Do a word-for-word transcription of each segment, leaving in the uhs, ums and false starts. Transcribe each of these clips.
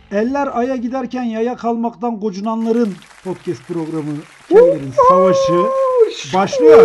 Eller aya giderken yaya kalmaktan gocunanların podcast programı Kellerin Savaşı başlıyor.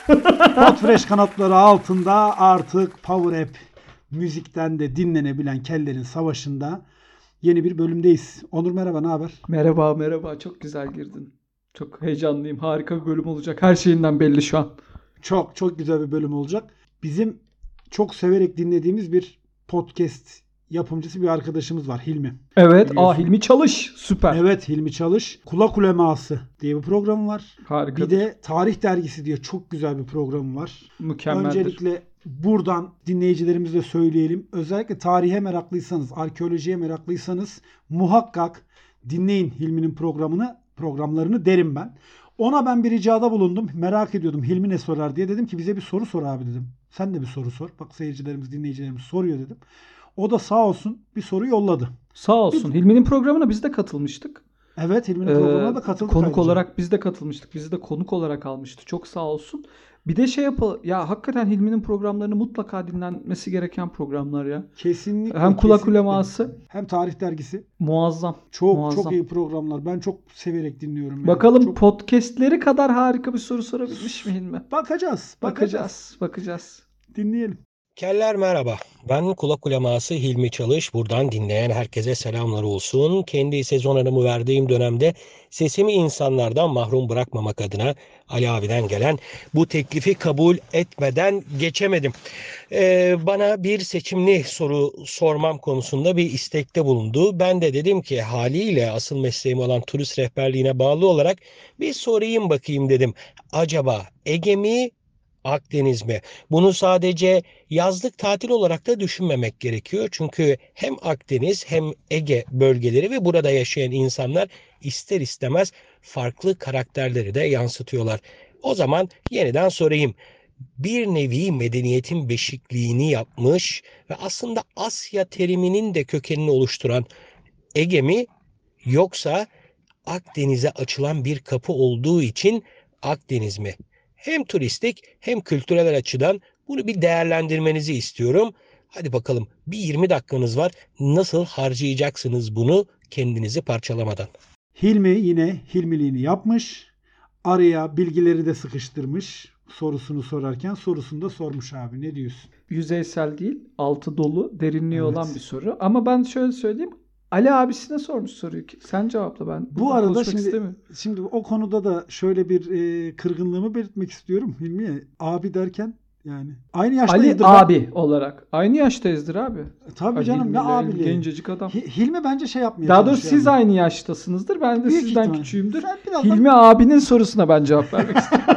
Podfresh kanatları altında artık Power App müzikten de dinlenebilen Kellerin Savaşı'nda yeni bir bölümdeyiz. Onur merhaba, ne haber? Merhaba merhaba, çok güzel girdin. Çok heyecanlıyım. Harika bir bölüm olacak. Her şeyinden belli şu an. Çok çok güzel bir bölüm olacak. Bizim çok severek dinlediğimiz bir podcast yapımcısı bir arkadaşımız var, Hilmi. Evet, aa Hilmi Çalış. Süper. Evet, Hilmi Çalış. Kulak Uleması diye bir programı var. Harika. Bir de Tarih Dergisi diye çok güzel bir programı var. Mükemmeldir. Öncelikle buradan dinleyicilerimize söyleyelim. Özellikle tarihe meraklıysanız, arkeolojiye meraklıysanız muhakkak dinleyin Hilmi'nin programını, programlarını derim ben. Ona ben bir ricada bulundum. Merak ediyordum Hilmi ne sorar diye. Dedim ki bize bir soru sor abi dedim. Sen de bir soru sor. Bak seyircilerimiz, dinleyicilerimiz soruyor dedim. O da sağ olsun bir soru yolladı. Sağ olsun. Bir... Hilmi'nin programına biz de katılmıştık. Evet, Hilmi'nin ee, programına da katıldık. Konuk ayrıca. olarak biz de katılmıştık. Bizi de konuk olarak almıştı. Çok sağ olsun. Bir de şey yapalım. Ya hakikaten Hilmi'nin programlarını mutlaka dinlenmesi gereken programlar ya. Kesinlikle. Hem Kulak kesinlikle. Uleması. Hem Tarih Dergisi. Muazzam. Çok muazzam. çok iyi programlar. Ben çok severek dinliyorum. Yani. Bakalım çok... podcastleri kadar harika bir soru sorabilmiş mi Hilmi? Bakacağız. Bakacağız. Bakacağız. Bakacağız. Dinleyelim. Keller merhaba. Ben Kulak Uleması Hilmi Çalış. Buradan dinleyen herkese selamlar olsun. Kendi sezon aramı verdiğim dönemde sesimi insanlardan mahrum bırakmamak adına Ali abiden gelen bu teklifi kabul etmeden geçemedim. Ee, bana bir seçimli soru sormam konusunda bir istekte bulundu. Ben de dedim ki haliyle asıl mesleğim olan turist rehberliğine bağlı olarak bir sorayım bakayım dedim. Acaba Ege mi, Akdeniz mi? Bunu sadece yazlık tatil olarak da düşünmemek gerekiyor. Çünkü hem Akdeniz hem Ege bölgeleri ve burada yaşayan insanlar ister istemez farklı karakterleri de yansıtıyorlar. O zaman yeniden sorayım. Bir nevi medeniyetin beşikliğini yapmış ve aslında Asya teriminin de kökenini oluşturan Ege mi, yoksa Akdeniz'e açılan bir kapı olduğu için Akdeniz mi? Hem turistik hem kültürel açıdan bunu bir değerlendirmenizi istiyorum. Hadi bakalım, bir yirmi dakikanız var. Nasıl harcayacaksınız bunu kendinizi parçalamadan? Hilmi yine Hilmiliğini yapmış. Araya bilgileri de sıkıştırmış. Sorusunu sorarken sorusunu da sormuş abi. Ne diyorsun? Yüzeysel değil, altı dolu, derinliği Evet. olan bir soru. Ama ben şöyle söyleyeyim. Ali abisine sormuş soruyu. Sen cevapla, ben. Bu arada şimdi şimdi o konuda da şöyle bir e, kırgınlığımı belirtmek istiyorum Hilmi'ye. Abi derken yani aynı yaştayızdır. Ali abi olarak. Aynı yaştayızdır abi. E, tabii Ali canım, ne abiliği. Gencecik adam. Hi- Hilmi bence şey yapmıyor. Daha doğrusu siz aynı yaştasınızdır. Ben de Büyük sizden ihtimal. küçüğümdür. Birazdan... Hilmi abinin sorusuna ben cevap vermek istiyorum.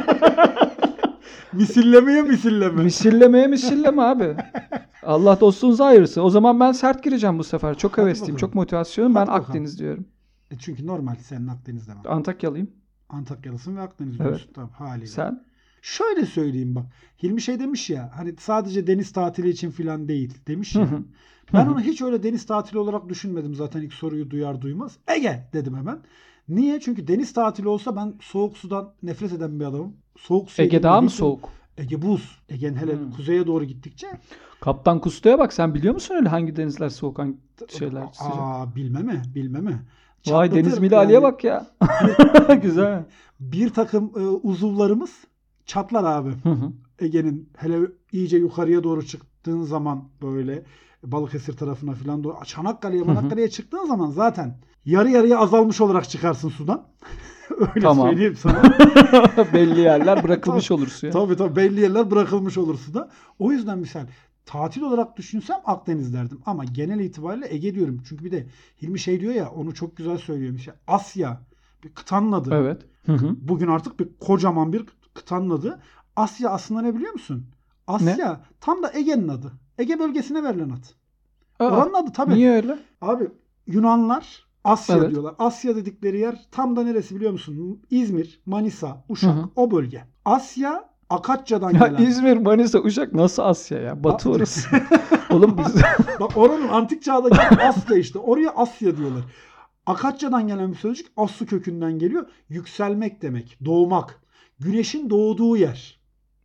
Misillemeye misilleme. Misillemeye misilleme abi. Allah dostunuza ayırsın. O zaman ben sert gireceğim bu sefer. Çok Hadi hevesliyim. bakalım. Çok motivasyonum. Ben Hadi bakalım. Akdeniz diyorum. E çünkü normal senin Akdeniz'de var. Antakyalıyım. Antakyalısın ve Akdeniz Evet. diyorsun. Tabii haliyle. Sen? Şöyle söyleyeyim bak. Hilmi şey demiş ya, hani sadece deniz tatili için falan değil demiş ya. Ben onu hiç öyle deniz tatili olarak düşünmedim zaten ilk soruyu duyar duymaz. Ege dedim hemen. Niye? Çünkü deniz tatili olsa ben soğuk sudan nefret eden bir adamım. Soğuk suya Ege daha mı hiç- soğuk? Ege buz. Ege'nin hele Hmm. kuzeye doğru gittikçe. Kaptan Kusto'ya bak, sen biliyor musun öyle hangi denizler soğuk, hangi şeyler sıcak? Aa, bilmeme bilmeme. Vay, Çatlatır Deniz Milali'ye yani. bak ya. Güzel. Bir takım e, uzuvlarımız çatlar abi. Hı hı. Ege'nin hele iyice yukarıya doğru çıktığın zaman böyle Balıkesir tarafına falan doğru Çanakkale'ye, Manakkale'ye çıktığın zaman zaten yarı yarıya azalmış olarak çıkarsın sudan. Öyle Tamam. söyleyeyim sana. Belli yerler bırakılmış olur suya. Tabii tabii belli yerler bırakılmış olur suda. O yüzden misal tatil olarak düşünsem Akdeniz derdim. Ama genel itibariyle Ege diyorum. Çünkü bir de Hilmi şey diyor ya, onu çok güzel söylüyor. İşte Asya bir kıtanın adı. Evet. Hı hı. Bugün artık bir kocaman bir kıtanın adı. Asya aslında ne biliyor musun? Asya tam da Ege'nin adı. Ege bölgesine verilen ad. Aa, Oranın adı tabii. Niye öyle? Abi Yunanlar Asya Evet. diyorlar. Asya dedikleri yer tam da neresi biliyor musun? İzmir, Manisa, Uşak, Hı hı. o bölge. Asya Akatça'dan Ya gelen. İzmir, Manisa, Uşak nasıl Asya ya? Batı Aa. orası. Oğlum biz... Bak oranın antik çağdaki Asya işte. Oraya Asya diyorlar. Akatça'dan gelen bir sözcük Assu kökünden geliyor. Yükselmek demek. Doğmak. Güneşin doğduğu yer.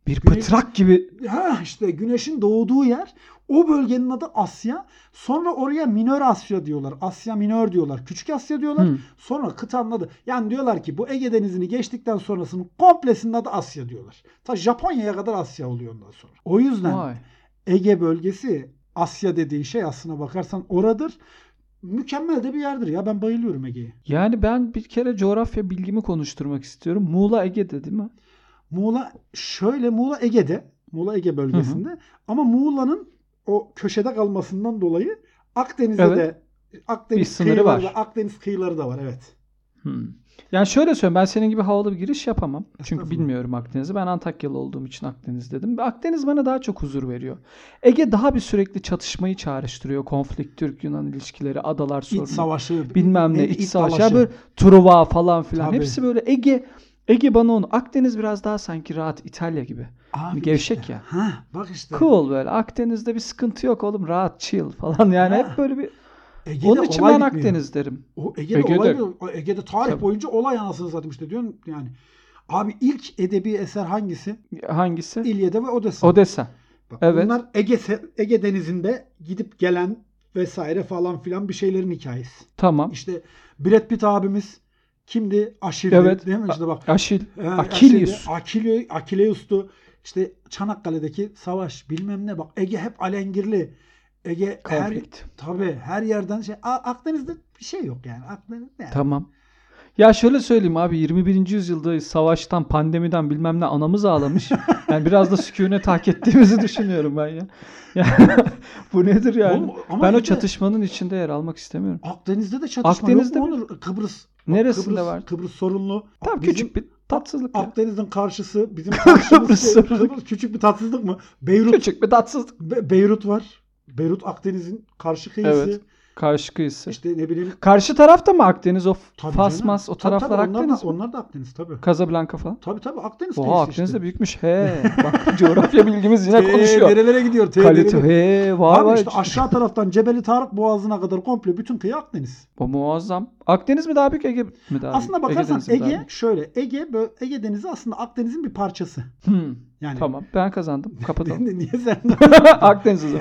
Bir Güneş- pıtrak gibi. Ha işte güneşin doğduğu yer. O bölgenin adı Asya. Sonra oraya Minör Asya diyorlar. Asya Minör diyorlar. Küçük Asya diyorlar. Hı. Sonra kıtanın adı. Yani diyorlar ki bu Ege Denizi'ni geçtikten sonrasının komplesinin adı Asya diyorlar. Ta Japonya'ya kadar Asya oluyor ondan sonra. O yüzden Vay. Ege bölgesi, Asya dediğin şey aslına bakarsan oradır. Mükemmel de bir yerdir ya. Ben bayılıyorum Ege'ye. Yani ben bir kere coğrafya bilgimi konuşturmak istiyorum. Muğla Ege'de değil mi? Muğla şöyle Muğla Ege'de. Muğla Ege bölgesinde. Ama Muğla'nın o köşede kalmasından dolayı Akdeniz'de Evet. de Akdeniz Bir sınırı kıyıları var. da, Akdeniz kıyıları da var evet. Hmm. Yani şöyle söyleyeyim, ben senin gibi havalı bir giriş yapamam. Çünkü Estağfurullah. bilmiyorum Akdeniz'i. Ben Antakyalı olduğum için Akdeniz dedim. Ve Akdeniz bana daha çok huzur veriyor. Ege daha bir sürekli çatışmayı çağrıştırıyor. Konflikt, Türk-Yunan ilişkileri, adalar sorunu. İç savaşı, bilmem ne, neydi? iç İç savaş. dalaşı. Ya böyle Truva falan filan. Tabii. Hepsi böyle Ege. Ege bana onu. Akdeniz biraz daha sanki rahat, İtalya gibi. Abi Gevşek işte. ya. Ha, bak işte. Cool böyle. Akdeniz'de bir sıkıntı yok oğlum. Rahat, chill falan. Yani Ha. hep böyle bir... Ege'de Onun için olay ben bitmiyor. Akdeniz derim. O Ege'de, Ege'de. olay o Ege'de tarih Tabii. boyunca olay anasını satayım işte diyorsun yani. Abi ilk edebi eser hangisi? Hangisi? İlyada ve Odessa. Odessa. Bak, Evet. Bunlar Ege Ege Denizi'nde gidip gelen vesaire falan filan bir şeylerin hikayesi. Tamam. İşte Brad Pitt abimiz kimdi? Aşil'di. Evet. Değil mi? İşte bak. Aşil. e, Akilius. Aşil'di, Akile, Akileus'tu. İşte Çanakkale'deki savaş bilmem ne bak. Ege hep alengirli. Ege Konflikt. her tabii her yerden şey A- Akdeniz'de bir şey yok yani. Akdeniz yani. Tamam. Ya şöyle söyleyeyim abi, yirmi birinci yüzyılda savaştan, pandemiden bilmem ne anamız ağlamış. Yani biraz da sükunet hak ettiğimizi düşünüyorum ben ya. Yani bu nedir yani? Oğlum, ama ben o bir de çatışmanın içinde yer almak istemiyorum. Akdeniz'de de çatışma Akdeniz'de yok mu mi? Onur? Kıbrıs. Neresinde Kıbrıs, var? Kıbrıs sorunlu. Tam Bizim küçük bir tatsızlık ya. Akdeniz'in karşısı bizim karşımız Kıbrıs şey, sorunlu. Kıbrıs küçük bir tatsızlık mı? Beyrut Küçük bir tatsızlık. Be- Beyrut var. Beyrut Akdeniz'in karşı kıyısı. Evet. Karşı kıyısı. İşte ne bileyim. Karşı tarafta mı Akdeniz? O Tabii Fas, canım. Mas, o Tabii, tabii, taraflar onlar Akdeniz da, mi? onlar da Akdeniz tabii. Casablanca falan. Tabii tabii Akdeniz Oha, kıyısı Akdeniz işte. de büyükmüş. He. Bak coğrafya bilgimiz yine T, konuşuyor. Nerelere gidiyor? T, Kalite. nerelere- He. Vay Abi vay. işte aşağı taraftan Cebeli Tarık Boğazı'na kadar komple bütün kıyı Akdeniz. O muazzam. Akdeniz mi daha büyük, Ege mi daha büyük? Aslında bakarsan Denizi mi daha Ege büyük? şöyle Ege bö- Ege Denizi aslında Akdeniz'in bir parçası. Hmm. Yani Tamam, ben kazandım. Kapatalım. Niye sen? Akdeniz o zaman.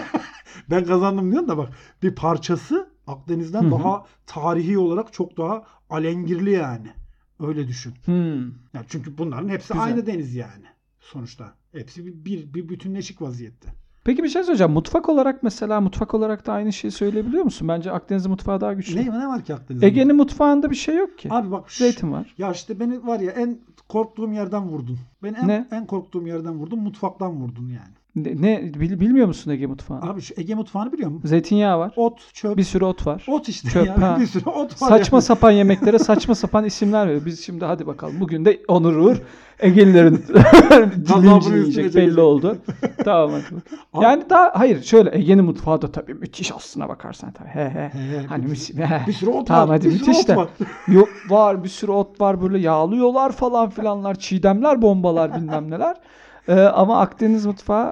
Ben kazandım diyorsun da bak bir parçası Akdeniz'den Hı hı. daha tarihi olarak çok daha alengirli yani. Öyle düşün. Hmm. Yani çünkü bunların hepsi Güzel. aynı deniz yani. Sonuçta hepsi bir, bir, bir bütünleşik vaziyette. Peki bir şey söyleyeceğim. Mutfak olarak mesela mutfak olarak da aynı şeyi söyleyebiliyor musun? Bence Akdeniz'in mutfağı daha güçlü. Ne, ne var ki Akdeniz'de? Ege'nin mutfağında bir şey yok ki. Abi bak şu- Zeytin var. ya işte beni var ya en korktuğum yerden vurdun. Beni en, Ne? en korktuğum yerden vurdun. Mutfaktan vurdun yani. Ne, ne bil- bilmiyor musun Ege mutfağını? Abi şu Ege mutfağını biliyor musun? Zeytinyağı var. Ot, çöp. Bir sürü ot var. Ot işte Çöp, yani. ha. Bir sürü ot var. Saçma yani. sapan yemeklere saçma sapan isimler veriyor. Biz şimdi hadi bakalım. Bugün de Onur Uğur Ege'lilerin dilimcini yiyecek sürecek. belli oldu. Tamam hadi bakalım. Abi- Yani daha hayır şöyle Ege'nin mutfağı da tabii müthiş aslına bakarsan tabii. He he. He, he, Hani bir, müs- he. bir sürü ot Tamam var. hadi bir sürü müthiş ot de. var. Yok var bir sürü ot var böyle yağlıyorlar falan filanlar. Çiğdemler, bombalar bilmem neler. Ee, ama Akdeniz mutfağı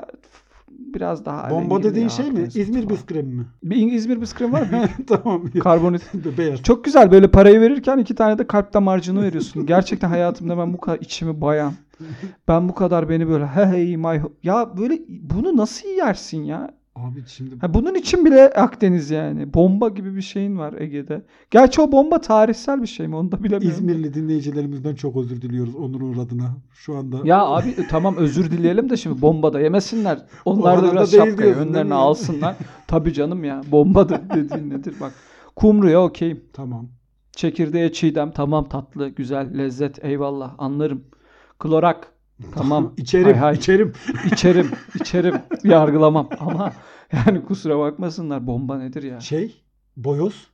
biraz daha Bomba alengirli dediğin ya şey mi? Akdeniz İzmir mutfağı. biskremi mi? Bir İng- İzmir biskremi var mı? Tamam. Karbonit. Beyaz. Çok güzel böyle parayı verirken iki tane de kalp damarcını veriyorsun. Gerçekten hayatımda ben bu kadar içimi bayan. Ben bu kadar beni böyle hey my ya böyle bunu nasıl yersin ya? Abi şimdi Ha, bunun için bile Akdeniz yani. Bomba gibi bir şeyin var Ege'de. Gerçi o bomba tarihsel bir şey mi onu da bilemiyorum. İzmirli dinleyicilerimizden çok özür diliyoruz Onur Uğur adına. Şu anda Ya abi e, tamam özür dileyelim de şimdi bomba da yemesinler. Onlar kadar da da biraz değil şapkayı diyorsun, değil önlerine mi? alsınlar. Tabii canım ya. Bomba da dediğin nedir bak. Kumruya okeyim. tamam. Çekirdeğe çiğdem tamam tatlı güzel lezzet eyvallah anlarım. Klorak tamam. İçerim, Hay hay. içerim. içerim içerim yargılamam ama yani kusura bakmasınlar bomba nedir ya. Şey, boyoz.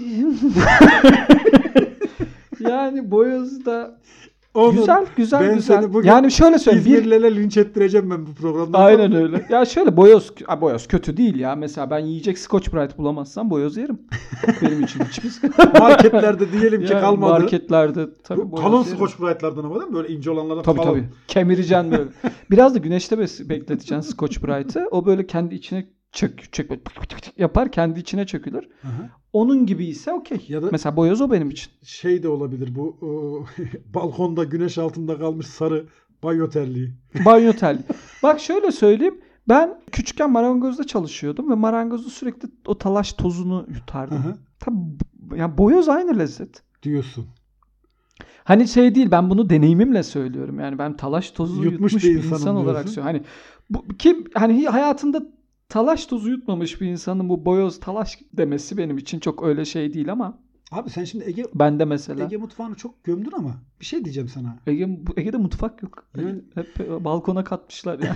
Yani boyozda Onur, güzel güzel ben güzel. seni bugün Yani şöyle söyleyeyim. Bir, İzmirlilere linç ettireceğim ben bu programda. aynen öyle. Ya şöyle boyoz ha, boyoz kötü değil ya. Mesela ben yiyecek Scotch Brite bulamazsam boyoz yerim. Benim için hiçbir sıkıntı. Marketlerde diyelim ki Yani kalmadı. marketlerde tabii Bu boyoz kalın yerim. Scotch Brite'lardan ama değil mi? Böyle ince olanlardan Tabii kalın. tabii. Kemireceksin böyle. Biraz da güneşte bes- bekleteceksin Scotch Brite'ı. O böyle kendi içine çök, çök böyle pıt pıt pıt yapar. Kendi içine çökülür. Hı hı. Onun gibi ise okey. Ya da- Mesela boyoz o benim için. Şey de olabilir bu o, balkonda güneş altında kalmış sarı Banyo terliği. Banyo terliği. Bak şöyle söyleyeyim. Ben küçükken marangozda çalışıyordum ve marangozda sürekli o talaş tozunu yutardım. Hı hı. Tabii yani boyoz aynı lezzet. Diyorsun. Hani şey değil, ben bunu deneyimimle söylüyorum. Yani ben talaş tozu Yutmuş yutmuş, bir bir insanım insan olarak diyorsun. söylüyorum. Hani bu kim hani hayatında talaş tozu yutmamış bir insanın bu boyoz talaş demesi benim için çok öyle şey değil ama Abi sen şimdi Ege ben de mesela Ege mutfağını çok gömdün ama bir şey diyeceğim sana. Ege, bu- Ege'de mutfak yok. Yani- Hep balkona katmışlar yani.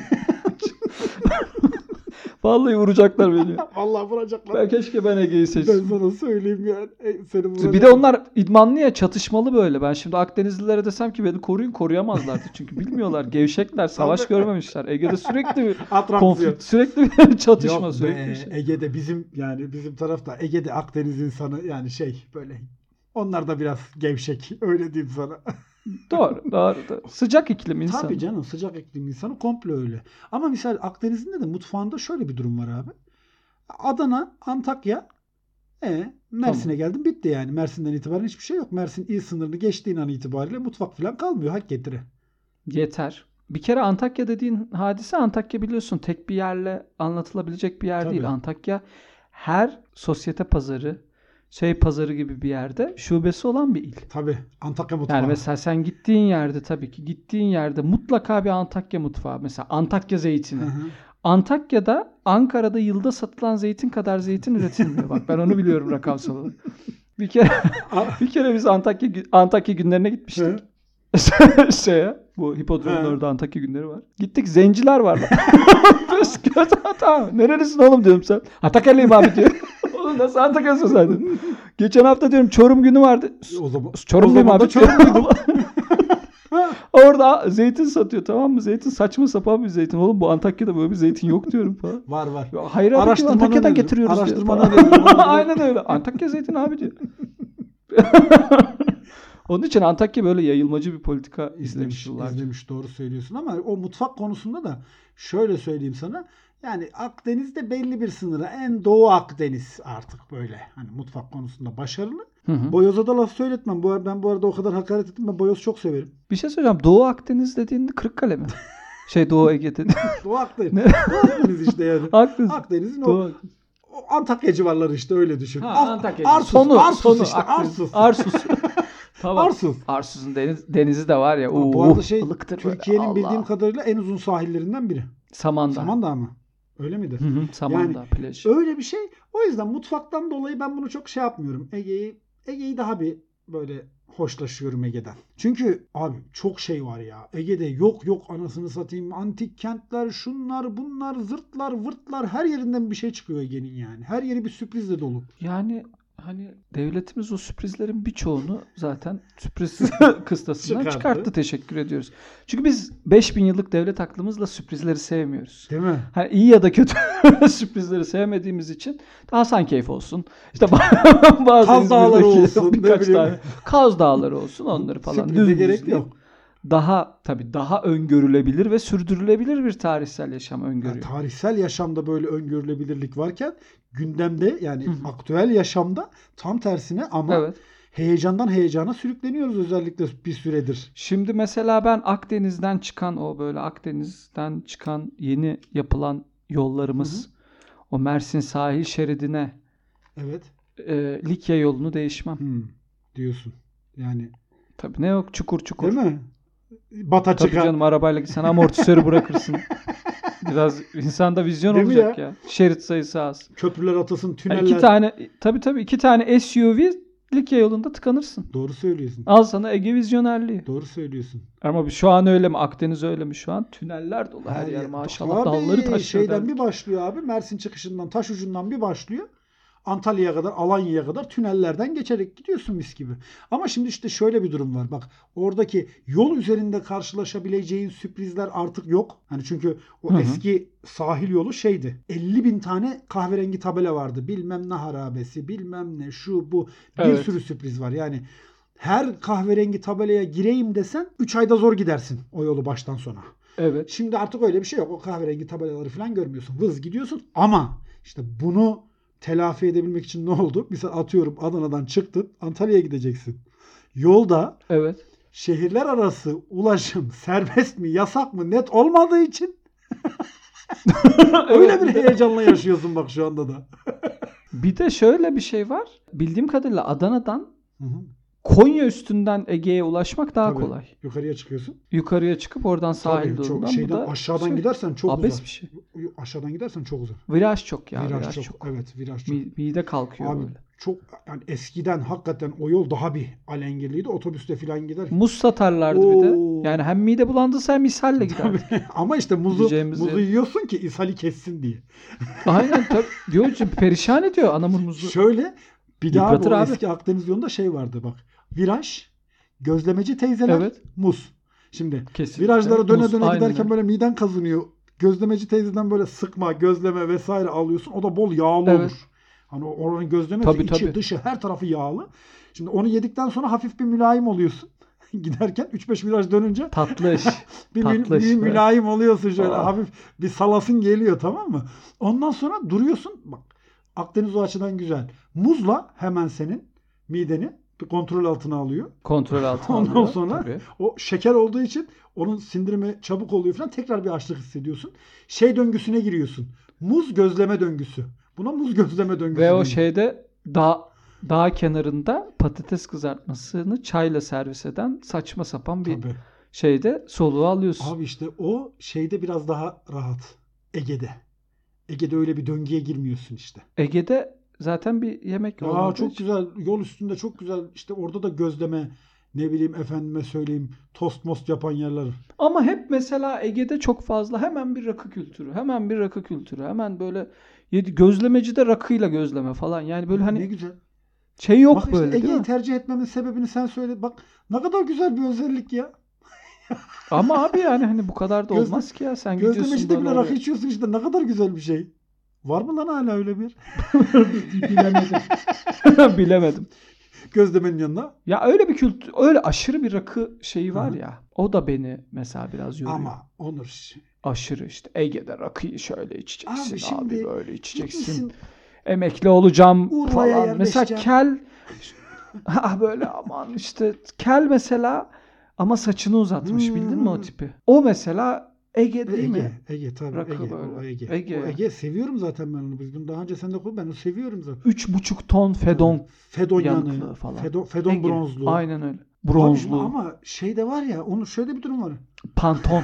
Vallahi vuracaklar beni. Vallahi vuracaklar. Ben keşke ben Ege'yi Ben seçsem. sana söyleyeyim yani. E, seni vuracaklar. Bir de onlar idmanlı ya, çatışmalı böyle. Ben şimdi Akdenizlilere desem ki beni koruyun, koruyamazlardı. Çünkü bilmiyorlar. Gevşekler. Savaş Tabii. görmemişler. Ege'de sürekli bir Atraksiyon. konflikt, sürekli bir çatışma. Yok Sürekli be, bir şey. Ege'de bizim yani bizim tarafta Ege'de Akdeniz insanı yani şey böyle onlar da biraz gevşek öyle diyeyim sana. Doğru, doğru, doğru. Sıcak iklim insan. Tabii canım sıcak iklim insanı komple öyle. Ama misal Akdeniz'in de mutfağında şöyle bir durum var abi. Adana, Antakya, e, Mersin'e Tamam. geldim bitti yani. Mersin'den itibaren hiçbir şey yok. Mersin il sınırını geçtiğin an itibariyle mutfak falan kalmıyor. Hak getire. Yeter. Bir kere Antakya dediğin hadise, Antakya biliyorsun tek bir yerle anlatılabilecek bir yer Tabii. değil. Antakya her sosyete pazarı, şey pazarı gibi bir yerde şubesi olan bir il. Tabii Antakya mutfağı. Yani mesela sen gittiğin yerde, tabii ki gittiğin yerde mutlaka bir Antakya mutfağı. Mesela Antakya zeytini. Hı hı. Antakya'da Ankara'da yılda satılan zeytin kadar zeytin üretilmiyor. Bak ben onu biliyorum rakamsal olarak. Bir kere bir kere biz Antakya Antakya günlerine gitmiştik. Şeye, bu hipodromun He. orada Antakya günleri var. Gittik, zenciler var. Biz kötü tamam. Nerelisin oğlum diyorum sen. Antakyalıyım abi diyor. Oğlum nasıl Antakya'sın sen? Geçen hafta diyorum Çorum günü vardı. O zaman Çorumluyum o zaman abi. da Çorumluydum. Orada zeytin satıyor, tamam mı? Zeytin saçma sapan bir zeytin. Oğlum bu Antakya'da böyle bir zeytin yok diyorum falan. Var var. Ya hayır abi, Araştırmanı Antakya'dan öneririm. getiriyoruz diyor. Araştırmanı falan. öneririm. Aynen öyle. Antakya zeytin abi diyor. Onun için Antakya böyle yayılmacı bir politika izlemiş izlemiş, yıllarca. izlemiş doğru söylüyorsun ama o mutfak konusunda da şöyle söyleyeyim sana. Yani Akdeniz'de belli bir sınıra en Doğu Akdeniz artık böyle hani mutfak konusunda başarılı. Hı hı. Boyoz'a da laf söyletmem. Bu ben bu arada o kadar hakaret ettim. Ben Boyoz çok severim. Bir şey söyleyeceğim. Doğu Akdeniz dediğinde Kırıkkale mi? Şey Doğu Ege dedi. Doğu Akdeniz. Ne? Doğu Akdeniz işte yani. Akdeniz. Akdeniz'in o, Doğu. o Antakya civarları işte öyle düşün. Ha, Ar- Antakya. Arsus, Sonu, Arsus sonu, işte Akdeniz. Arsus. Arsus. Tamam. Arsus. Arsus'un deniz, denizi de var ya. Bu Uh, arada şey ılıktır böyle. Türkiye'nin Allah. bildiğim kadarıyla en uzun sahillerinden biri. Samandağ. Samandağ mı? Öyle midir? Hı hı, Samandağ plaj. Öyle bir şey. O yüzden mutfaktan dolayı ben bunu çok şey yapmıyorum. Ege'yi Ege'yi daha bir böyle hoşlaşıyorum Ege'den. Çünkü abi çok şey var ya. Ege'de yok yok anasını satayım. Antik kentler, şunlar, bunlar, zırtlar, vırtlar her yerinden bir şey çıkıyor Ege'nin yani. Her yeri bir sürprizle dolu. Yani hani devletimiz o sürprizlerin birçoğunu zaten sürpriz kıstasından Çıkarttı. çıkarttı. Teşekkür ediyoruz. Çünkü biz beş bin yıllık devlet aklımızla sürprizleri sevmiyoruz. Değil mi? Hani iyi ya da kötü sürprizleri sevmediğimiz için Hasan Keyf olsun. İşte bazı Kaz Dağları İzmir'deki olsun, ne birkaç bileyim. tane Kaz Dağları olsun, onları falan. Sürprize dümdüz gerek değil. yok. Daha tabii daha öngörülebilir ve sürdürülebilir bir tarihsel yaşam Yani öngörüyor. tarihsel yaşamda böyle öngörülebilirlik varken gündemde yani Hı hı. aktüel yaşamda tam tersine ama Evet. heyecandan heyecana sürükleniyoruz özellikle bir süredir. Şimdi mesela ben Akdeniz'den çıkan o böyle Akdeniz'den çıkan yeni yapılan yollarımız, Hı o Mersin sahil şeridine Evet. e, Likya yolunu değişmem. Hmm, diyorsun. Yani Tabii ne yok, çukur çukur. değil mi? Bata Tabii çıkar. canım, arabayla gitsen amortisörü bırakırsın. Biraz insanda vizyon Değil mi olacak ya? ya? Şerit sayısı az. Köprüler atasın, Yani tüneller. iki tane tabii tabii iki tane S U V Likya yolunda tıkanırsın. Doğru söylüyorsun. Al sana Ege vizyonerliği. Doğru söylüyorsun. Ama şu an öyle mi? Akdeniz öyle mi şu an? Tüneller dolu her yer ya- maşallah. Tabii, Dağları taşıyor. şeyden derdik. bir başlıyor abi. Mersin çıkışından, taş ucundan bir başlıyor. Antalya'ya kadar, Alanya'ya kadar tünellerden geçerek gidiyorsun mis gibi. Ama şimdi işte şöyle bir durum var. Bak oradaki yol üzerinde karşılaşabileceğin sürprizler artık yok. Hani çünkü o Hı hı. eski sahil yolu şeydi. elli bin tane kahverengi tabela vardı. Bilmem ne harabesi, bilmem ne şu bu. Bir Evet. sürü sürpriz var. Yani her kahverengi tabelaya gireyim desen üç ayda zor gidersin o yolu baştan sona. Evet. Şimdi artık öyle bir şey yok. O kahverengi tabelaları falan görmüyorsun. Vız gidiyorsun ama işte bunu telafi edebilmek için ne oldu? Mesela atıyorum Adana'dan çıktın Antalya'ya gideceksin. Yolda Evet. şehirler arası ulaşım serbest mi yasak mı net olmadığı için öyle bir heyecanla yaşıyorsun bak şu anda da. Bir de şöyle bir şey var. Bildiğim kadarıyla Adana'dan Hı hı. Konya üstünden Ege'ye ulaşmak daha Tabii. kolay. Yukarıya çıkıyorsun. Yukarıya çıkıp oradan sahil Tabii, çok yolundan. şeyden Bu da aşağıdan şey, gidersen çok abes uzak. bir şey. Aşağıdan gidersen çok uzak. Viraj çok ya. viraj, Viraj, çok, çok. evet viraj çok. Mi- Mide kalkıyor Abi böyle. çok yani eskiden hakikaten o yol daha bir alengirliydi. Otobüste falan gider. Muz satarlardı bir Oo. de. Yani hem mide bulandıysa hem ishalle giderdi. Ama işte muzu Gideceğimiz muzu yer. yiyorsun ki ishali kessin diye. Aynen tabii. Diyor ki perişan ediyor anamur muzu. Şöyle bir daha Yıpratır bu abi. eski Akdeniz yolunda şey vardı bak. Viraj, gözlemeci teyzeler, Evet. muz. Şimdi Kesinlikle. virajlara döne Muz, döne aynen giderken öyle. böyle miden kazınıyor. Gözlemeci teyzeden böyle sıkma, gözleme vesaire alıyorsun. O da bol yağlı Evet. olur. Hani oranın gözlemesi Tabii, içi tabii. dışı her tarafı yağlı. Şimdi onu yedikten sonra hafif bir mülayim oluyorsun. Giderken üç beş viraj dönünce Tatlış. bir, Tatlış mü- bir be. mülayim oluyorsun şöyle Ah. hafif bir salasın geliyor tamam mı? Ondan sonra duruyorsun. Bak Akdeniz o açıdan güzel. Muzla hemen senin mideni bir kontrol altına alıyor. Kontrol altına Ondan alıyor. sonra Tabii. o şeker olduğu için onun sindirimi çabuk oluyor falan. Tekrar bir açlık hissediyorsun. Şey döngüsüne giriyorsun. Muz gözleme döngüsü. Buna muz gözleme döngüsü. Ve o deniyor. şeyde dağ, dağ kenarında patates kızartmasını çayla servis eden saçma sapan bir Tabii. şeyde soluğu alıyorsun. Abi işte o şeyde biraz daha rahat. Ege'de. Ege'de öyle bir döngüye girmiyorsun işte. Ege'de zaten bir yemek Ya olmadığı çok için- güzel. Yol üstünde çok güzel. İşte orada da gözleme ne bileyim efendime söyleyeyim tost most yapan yerler. Ama hep mesela Ege'de çok fazla hemen bir rakı kültürü. Hemen bir rakı kültürü. Hemen böyle yedi, gözlemecide rakıyla gözleme falan. Yani böyle Ne hani güzel. şey yok Bak işte böyle değil Ege'yi mi? tercih etmemin sebebini sen söyle. Bak ne kadar güzel bir özellik ya. Ama abi yani hani bu kadar da Gözle- olmaz ki ya. Sen gidiyorsun Gözlemecide böyle bile oraya. rakı içiyorsun işte ne kadar güzel bir şey. Var mı lan hala öyle bir? Bilemedim. Bilemedim. Gözlemenin yanına. Ya öyle bir kültür, öyle aşırı bir rakı şeyi var Hı hı. ya. O da beni mesela biraz yoruyor. Ama Onur Aşırı işte Ege'de rakıyı şöyle içeceksin Abi abi, şimdi böyle içeceksin. gitmişsin Emekli olacağım Urla'ya falan. Mesela yerleşeceğim. kel ha böyle aman işte kel mesela ama saçını uzatmış bildin mi o Hmm. tipi? O mesela Ege değil Ege, mi? Ege tabii Rakı Ege, böyle. o Ege. Ege. O Ege seviyorum zaten ben onu. Biz bunu daha önce sen de koy ben onu seviyorum zaten. Üç buçuk ton fedon Fedon yanıklığı yanığı falan. Fedon, Fedon Ege. bronzluğu. Aynen öyle. Abi Bronzluğu. ama şeyde var ya onun şöyle bir durum var. Panton.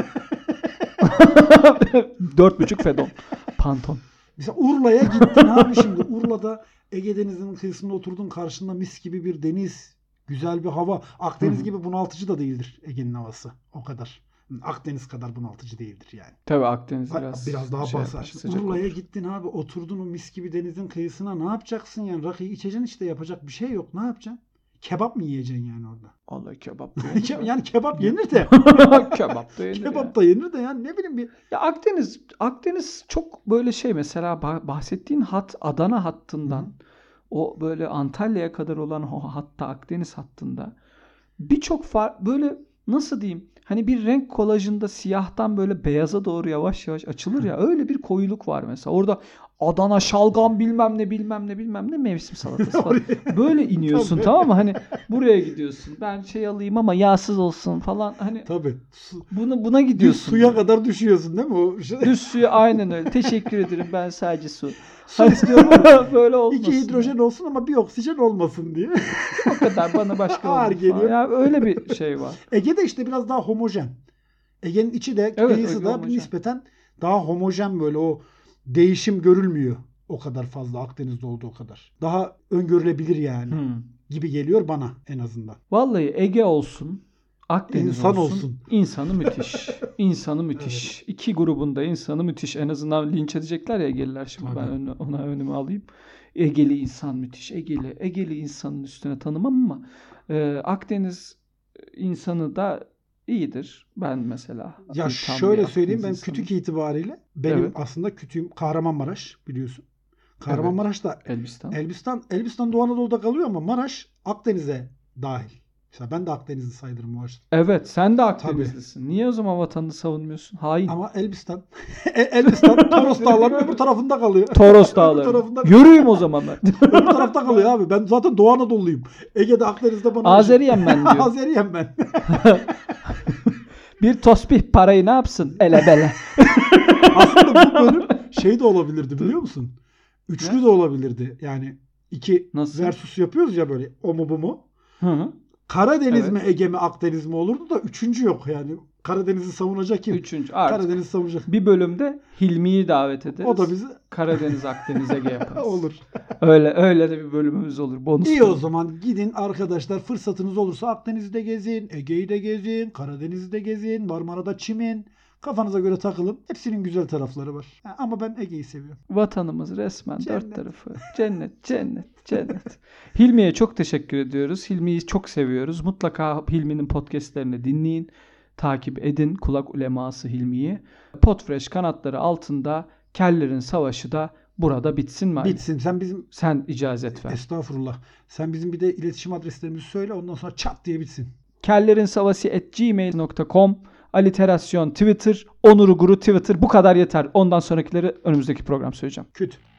Dört buçuk fedon. Panton. Mesela Urla'ya gittin abi şimdi. Urla'da Ege Denizi'nin kıyısında oturdun karşında mis gibi bir deniz. Güzel bir hava. Akdeniz Hı hı. gibi bunaltıcı da değildir Ege'nin havası. O kadar. Akdeniz kadar bunaltıcı değildir yani. Tabii Akdeniz Biraz, biraz biraz daha şey basar. yapar, sıcak Urla'ya olur. gittin abi oturdun o mis gibi denizin kıyısına ne yapacaksın yani? Rakıyı içeceksin işte yapacak bir şey yok. Ne yapacaksın? Kebap mı yiyeceksin yani orada? Vallahi kebap da yenir. yani kebap yenir de. Kebap da yenir ya. kebap da yenir de yani ne bileyim bir Ya Akdeniz, Akdeniz çok böyle şey mesela bah- bahsettiğin hat Adana hattından Hı hı. o böyle Antalya'ya kadar olan o hatta Akdeniz hattında birçok far böyle nasıl diyeyim hani bir renk kolajında siyahtan böyle beyaza doğru yavaş yavaş açılır ya öyle bir koyuluk var mesela. Orada Adana şalgam bilmem ne bilmem ne bilmem ne mevsim salatası falan. Böyle iniyorsun Tabii. tamam mı? Hani buraya gidiyorsun. Ben şey alayım ama yağsız olsun falan. Hani tabii. Su, bunu buna düz gidiyorsun. suya kadar düşüyorsun değil mi? O şey, Düz suya aynen öyle. Teşekkür ederim ben sadece su. su istiyorum ama Böyle olmasın. iki hidrojen olsun ama bir oksijen olmasın diye. O kadar bana başka Ağır oldu falan. geliyor. Ya öyle bir şey var. Ege'de işte biraz daha homojen. Ege'nin içi de Evet, kıyısı Ege da homojen. nispeten daha homojen böyle o değişim görülmüyor o kadar fazla Akdeniz'de olduğu kadar. Daha öngörülebilir yani Hmm. gibi geliyor bana en azından. Vallahi Ege olsun, Akdeniz İnsan olsun, olsun. insanı müthiş. İnsanı müthiş. İki grubunda insanı müthiş. En azından linç edecekler ya Egeliler şimdi Tabii. ben önüne, ona önüme alayım. Egeli insan müthiş. Egeli, Egeli insanın üstüne tanımam ama e, Akdeniz insanı da iyidir. Ben mesela. Ya tam şöyle bir söyleyeyim ben Akdeniz kütük insanıyım. itibariyle benim Evet. aslında kütüğüm Kahramanmaraş biliyorsun. Kahramanmaraş da Elbistan. Elbistan, Elbistan Doğu Anadolu'da kalıyor ama Maraş Akdeniz'e dahil. Mesela ben de Akdenizli sayılırım bu açıdan. Evet, sen de Akdenizlisin. Niye o zaman vatanını savunmuyorsun? Hain. Ama Elbistan. Elbistan Toros Dağları'nın öbür tarafında kalıyor. Toros Öbür Dağları. tarafında, Yürüyüm o zaman ben. öbür tarafta kalıyor abi. Ben zaten Doğu Anadolu'luyum. Ege'de, Akdeniz'de bana... Azeriyim ben diyor. Azeriyim ben. Bir tosbih parayı ne yapsın? Ele bele. Aslında bu bölüm şey de olabilirdi biliyor musun? Üçlü de olabilirdi. Yani iki Nasıl? versus yapıyoruz ya böyle. O mu bu mu? Hı hı. Karadeniz Evet. mi Ege mi Akdeniz mi olurdu da üçüncü yok yani. Karadeniz'i savunacak kim? Üçüncü. Artık Karadeniz'i savunacak. bir bölümde Hilmi'yi davet ederiz. O da bizi Karadeniz, Akdeniz, Ege yaparız. olur. Öyle öyle de bir bölümümüz olur. Bonus İyi bölüm. o zaman gidin arkadaşlar, fırsatınız olursa Akdeniz'de gezin, Ege'yi de gezin, Karadeniz'i de gezin, Marmara'da çimin. Kafanıza göre takılın. Hepsinin güzel tarafları var. Ha, ama ben Ege'yi seviyorum. Vatanımız resmen Cennet. dört tarafı. Cennet, cennet, cennet. Hilmi'ye çok teşekkür ediyoruz. Hilmi'yi çok seviyoruz. Mutlaka Hilmi'nin podcastlerini dinleyin. Takip edin. Kulak uleması Hilmi'yi. Podfresh kanatları altında Kellerin Savaşı da burada bitsin mi? Ali? Bitsin. Sen bizim Sen icazet ver. Estağfurullah. Sen bizim bir de iletişim adreslerimizi söyle. Ondan sonra çat diye bitsin. kellerinsavası at gmail nokta com Aliterasyon Twitter, Onur Guru Twitter. Bu kadar yeter. Ondan sonrakileri önümüzdeki program söyleyeceğim. Kötü.